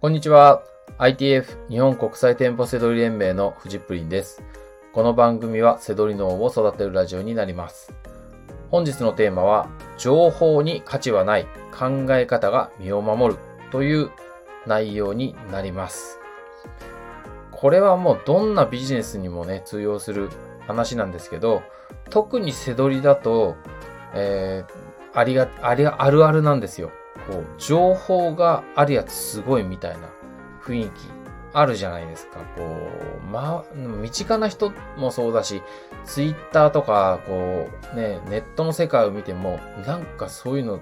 こんにちは。ITF 日本国際店舗セドリ連盟のフジプリンです。この番組はセドリ脳を育てるラジオになります。本日のテーマは、情報に価値はない考え方が身を守るという内容になります。これはもうどんなビジネスにもね、通用する話なんですけど、特にセドリだと、あるあるなんですよ。こう情報があるやつすごいみたいな雰囲気あるじゃないですか。こう、身近な人もそうだし、ツイッターとか、こう、ね、ネットの世界を見ても、なんかそういうの、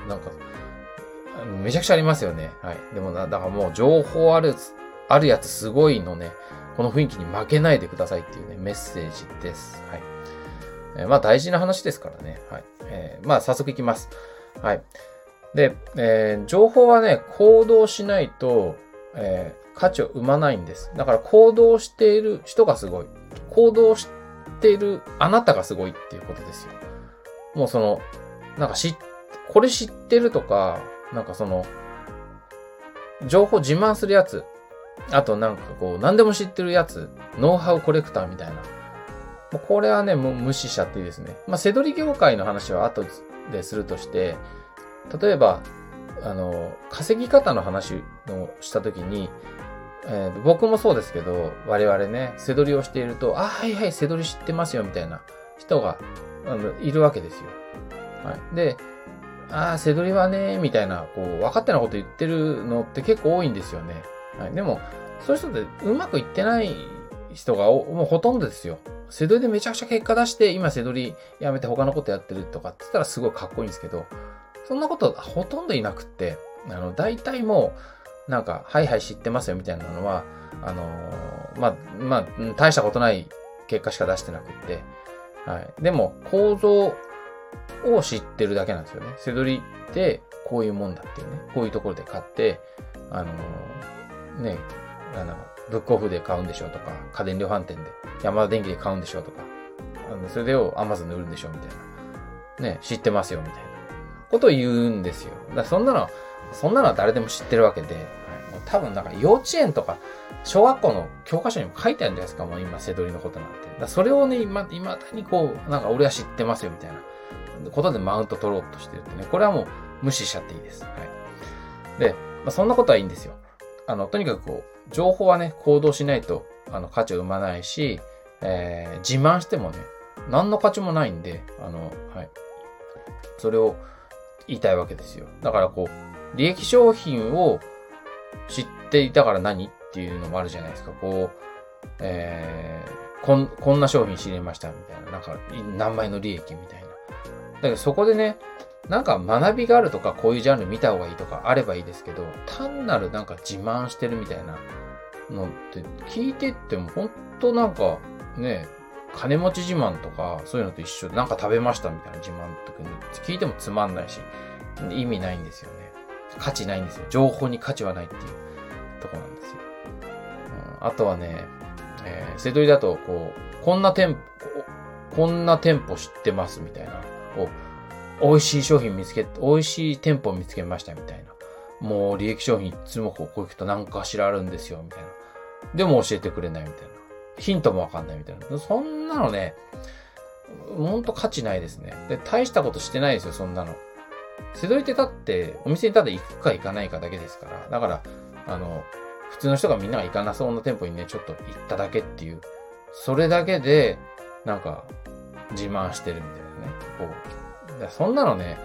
めちゃくちゃありますよね。はい。でもだからもう情報あるやつすごいのね、この雰囲気に負けないでくださいっていうね、メッセージです。はい。大事な話ですからね。はい。早速いきます。はい。で、情報はね、行動しないと、価値を生まないんです。だから行動している人がすごい。行動しているあなたがすごいっていうことですよ。もうこれ知ってるとか、情報自慢するやつ。あと何でも知ってるやつ。ノウハウコレクターみたいな。これはね、もう無視しちゃっていいですね。セドリ業界の話は後でするとして、例えば、稼ぎ方の話をしたときに、僕もそうですけど、我々ね、セドリをしていると、はいはい、セドリ知ってますよ、みたいな人が、いるわけですよ。はい。で、セドリはね、みたいな、こう、分かってないこと言ってるのって結構多いんですよね。はい。でも、そういう人ってうまくいってない人がもうほとんどですよ。セドリでめちゃくちゃ結果出して、今セドリやめて他のことやってるとかって言ったらすごいかっこいいんですけど、そんなことほとんどいなくって、大体もう、はいはい知ってますよみたいなのは、大したことない結果しか出してなくって、はい。でも、構造を知ってるだけなんですよね。セドリってこういうもんだっていうね、こういうところで買って、ブックオフで買うんでしょうとか、家電量販店で、ヤマダ電機で買うんでしょうとか、それを Amazon で売るんでしょうみたいな。ね、知ってますよみたいなことを言うんですよ。だからそんなのは誰でも知ってるわけで、はい、もう多分幼稚園とか小学校の教科書にも書いてあるんじゃないですか、もう今セドリのことなんて。だそれをね、今だにこう、俺は知ってますよみたいなことでマウント取ろうとしてるってね、これはもう無視しちゃっていいです。はい。で、そんなことはいいんですよ。とにかくこう、情報はね、行動しないと、価値を生まないし、自慢してもね、何の価値もないんで、はい。それを言いたいわけですよ。だからこう、利益商品を知っていたから何っていうのもあるじゃないですか。こう、こんな商品知りましたみたいな。何倍の利益みたいな。だけどそこでね、学びがあるとか、こういうジャンル見た方がいいとかあればいいですけど、単なる自慢してるみたいなのって聞いてっても本当ね、金持ち自慢とか、そういうのと一緒で食べましたみたいな自慢とかに聞いてもつまんないし、意味ないんですよね。価値ないんですよ。情報に価値はないっていうとこなんですよ。あとはね、セドリだと、こんな店舗知ってますみたいな。美味しい店舗見つけましたみたいな。もう利益商品いつもこう行くと何かしらあるんですよみたいな。でも教えてくれないみたいな。ヒントもわかんないみたいな。そんなのね、ほんと価値ないですね。で、大したことしてないですよ、そんなの。セドリってお店に行くか行かないかだけですから。だから、普通の人がみんなが行かなそうな店舗にね、ちょっと行っただけっていう。それだけで、自慢してるみたいなね。そんなのね、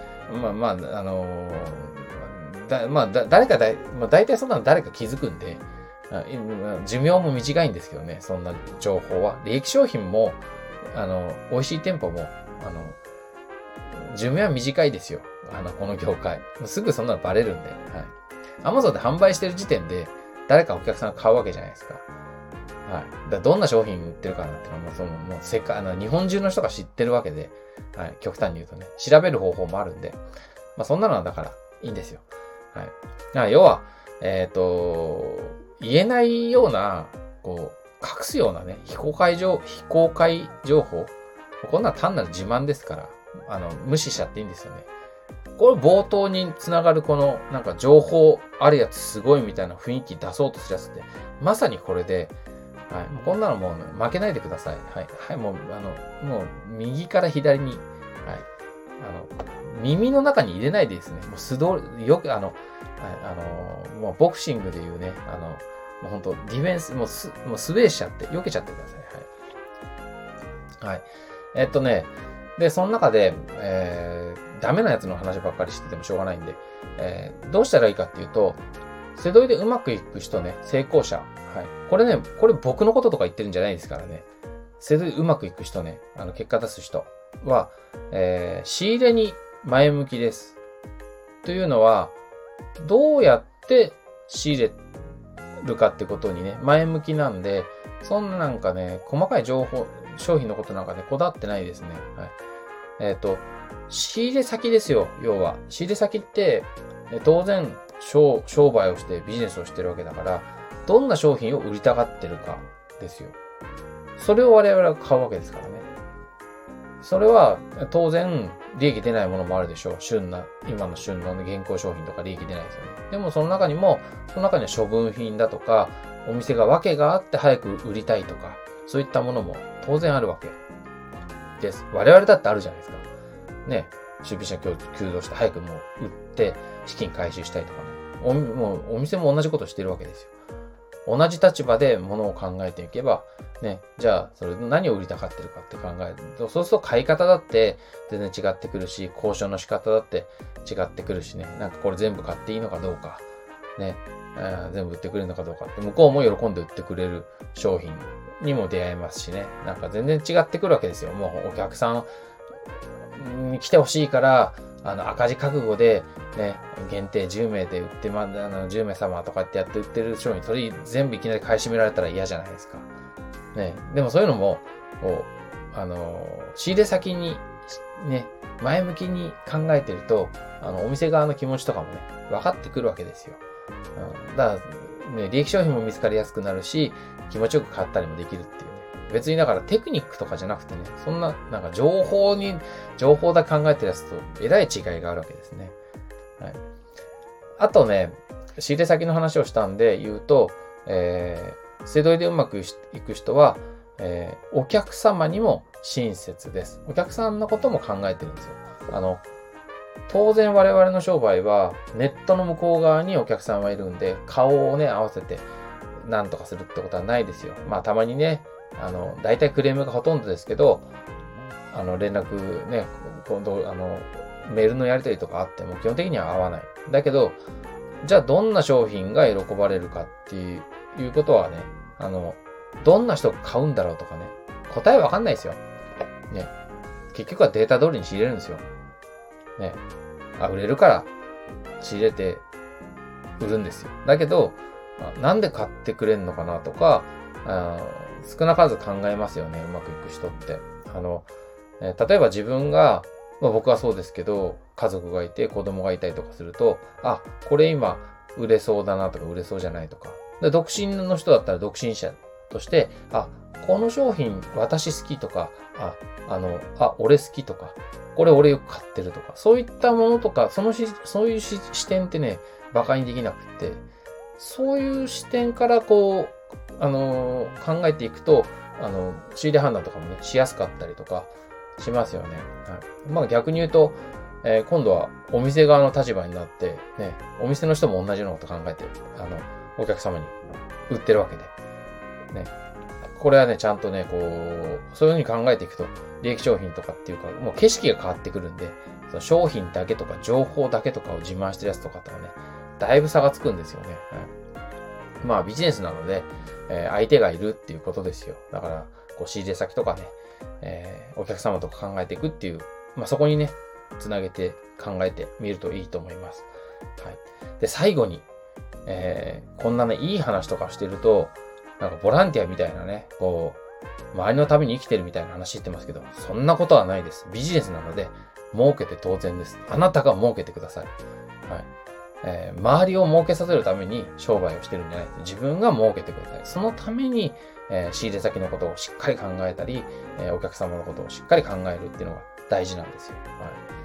大体そんなの誰か気づくんで、寿命も短いんですけどね、そんな情報は。利益商品も、美味しい店舗も、寿命は短いですよ。この業界。すぐそんなのバレるんで。はい。Amazon で販売してる時点で、誰かお客さんが買うわけじゃないですか。はい。どんな商品売ってるかなっていうのはもう日本中の人が知ってるわけで、はい。極端に言うとね、調べる方法もあるんで、そんなのはだからいいんですよ。はい。要は、言えないような、隠すようなね、非公開情報。こんなの単なる自慢ですから、無視しちゃっていいんですよね。 これ冒頭につながるこのなんか情報あるやつすごいみたいな雰囲気出そうとするやつって、まさにこれで、はい。こんなのもう、ね、負けないでください。はい。はい。もう右から左に、はい。耳の中に入れないでですね。もうよく、もうボクシングでいうね、もう本当ディフェンス、もうスウェーしちゃって、避けちゃってください。はい。はい。で、その中で、ダメなやつの話ばっかりしててもしょうがないんで、どうしたらいいかっていうと、セドリでうまくいく人ね、成功者。はい。これ僕のこととか言ってるんじゃないですからね。セドリでうまくいく人ね、結果出す人は、仕入れに前向きです。というのは、どうやって仕入れるかってことにね、前向きなんで、そんななんかね、細かい商品のことなんかね、こだわってないですね。はい。仕入れ先ですよ、要は。仕入れ先って、当然、商売をしてビジネスをしてるわけだから、どんな商品を売りたがってるかですよ。それを我々は買うわけですからね。それは、当然、利益出ないものもあるでしょう。今の旬の現行商品とか利益出ないですよね。でもその中には処分品だとか、お店が訳があって早く売りたいとか、そういったものも当然あるわけです。我々だってあるじゃないですか。ね。出品者急増して早くもう売って資金回収したいとかね。もうお店も同じことしてるわけですよ。同じ立場で物を考えていけば、ね、じゃあ、それ何を売りたがってるかって考えると、そうすると買い方だって全然違ってくるし、交渉の仕方だって違ってくるしね、なんかこれ全部買っていいのかどうか、ね、全部売ってくれるのかどうかって、向こうも喜んで売ってくれる商品にも出会えますしね、なんか全然違ってくるわけですよ。もうお客さんに来てほしいから、赤字覚悟で、ね、限定10名で売って、10名様とかってやって売ってる商品、それ全部いきなり買い占められたら嫌じゃないですか。ね。でもそういうのも、仕入れ先に、ね、前向きに考えてると、お店側の気持ちとかもね、分かってくるわけですよ。だから、ね、利益商品も見つかりやすくなるし、気持ちよく買ったりもできるっていうね。別にだからテクニックとかじゃなくてね、そんな、なんか情報だけ考えてるやつと、えらい違いがあるわけですね。はい。あとね、仕入れ先の話をしたんで言うと、セドリでうまくいく人は、お客様にも親切です。お客さんのことも考えてるんですよ。当然我々の商売はネットの向こう側にお客さんはいるんで、顔をね、合わせて何とかするってことはないですよ。まあたまにね、大体クレームがほとんどですけど、連絡ね、今度、メールのやり取りとかあっても基本的には合わない。だけど、じゃあどんな商品が喜ばれるかっていうことはね、どんな人が買うんだろうとかね、答えわかんないですよ。ね。結局はデータ通りに仕入れるんですよ。ね。売れるから仕入れて売るんですよ。だけど、なんで買ってくれんのかなとか、少なからず考えますよね、うまくいく人って。例えば自分が、僕はそうですけど、家族がいて子供がいたりとかすると、これ今売れそうだなとか売れそうじゃないとか。で、独身の人だったら独身者として、この商品私好きとか、俺好きとか、これ俺よく買ってるとか、そういったものとか、そういう視点ってね、馬鹿にできなくって、そういう視点から考えていくと、仕入れ判断とかもね、しやすかったりとかしますよね。はい。逆に言うと、今度はお店側の立場になって、ね、お店の人も同じようなこと考えて、お客様に売ってるわけで。ね。これはね、ちゃんとね、そういう風に考えていくと、利益商品とかっていうか、もう景色が変わってくるんで、その商品だけとか情報だけとかを自慢してるやつとかとはね、だいぶ差がつくんですよね。はい。ビジネスなので、相手がいるっていうことですよ。だから、仕入れ先とかね、お客様とか考えていくっていう、そこにね、つなげて考えてみるといいと思います。はい。で、最後に、こんなね、いい話とかしてると、なんかボランティアみたいなね、周りのために生きてるみたいな話してますけど、そんなことはないです。ビジネスなので、儲けて当然です。あなたが儲けてください。はい。周りを儲けさせるために商売をしてるんじゃないです。自分が儲けてください。そのために、仕入れ先のことをしっかり考えたり、お客様のことをしっかり考えるっていうのが大事なんですよ。はい。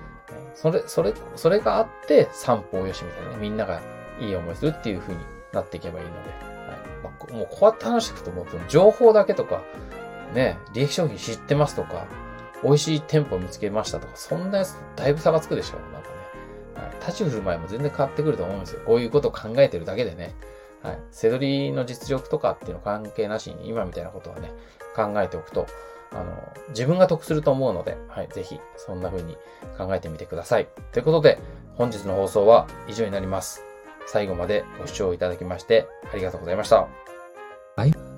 それがあって三方よしみたいなね、みんながいい思いするっていう風になっていけばいいので、はい。もうこうやって話していくともう情報だけとか、ね、利益商品知ってますとか、美味しい店舗見つけましたとか、そんなやつだいぶ差がつくでしょ。なんかね。はい、立ち振る舞いも全然変わってくると思うんですよ。こういうことを考えてるだけでね。はい。背取りの実力とかっていうの関係なしに、今みたいなことはね、考えておくと、自分が得すると思うので、はい。ぜひ、そんな風に考えてみてください。ということで、本日の放送は以上になります。最後までご視聴いただきまして、ありがとうございました。 はい。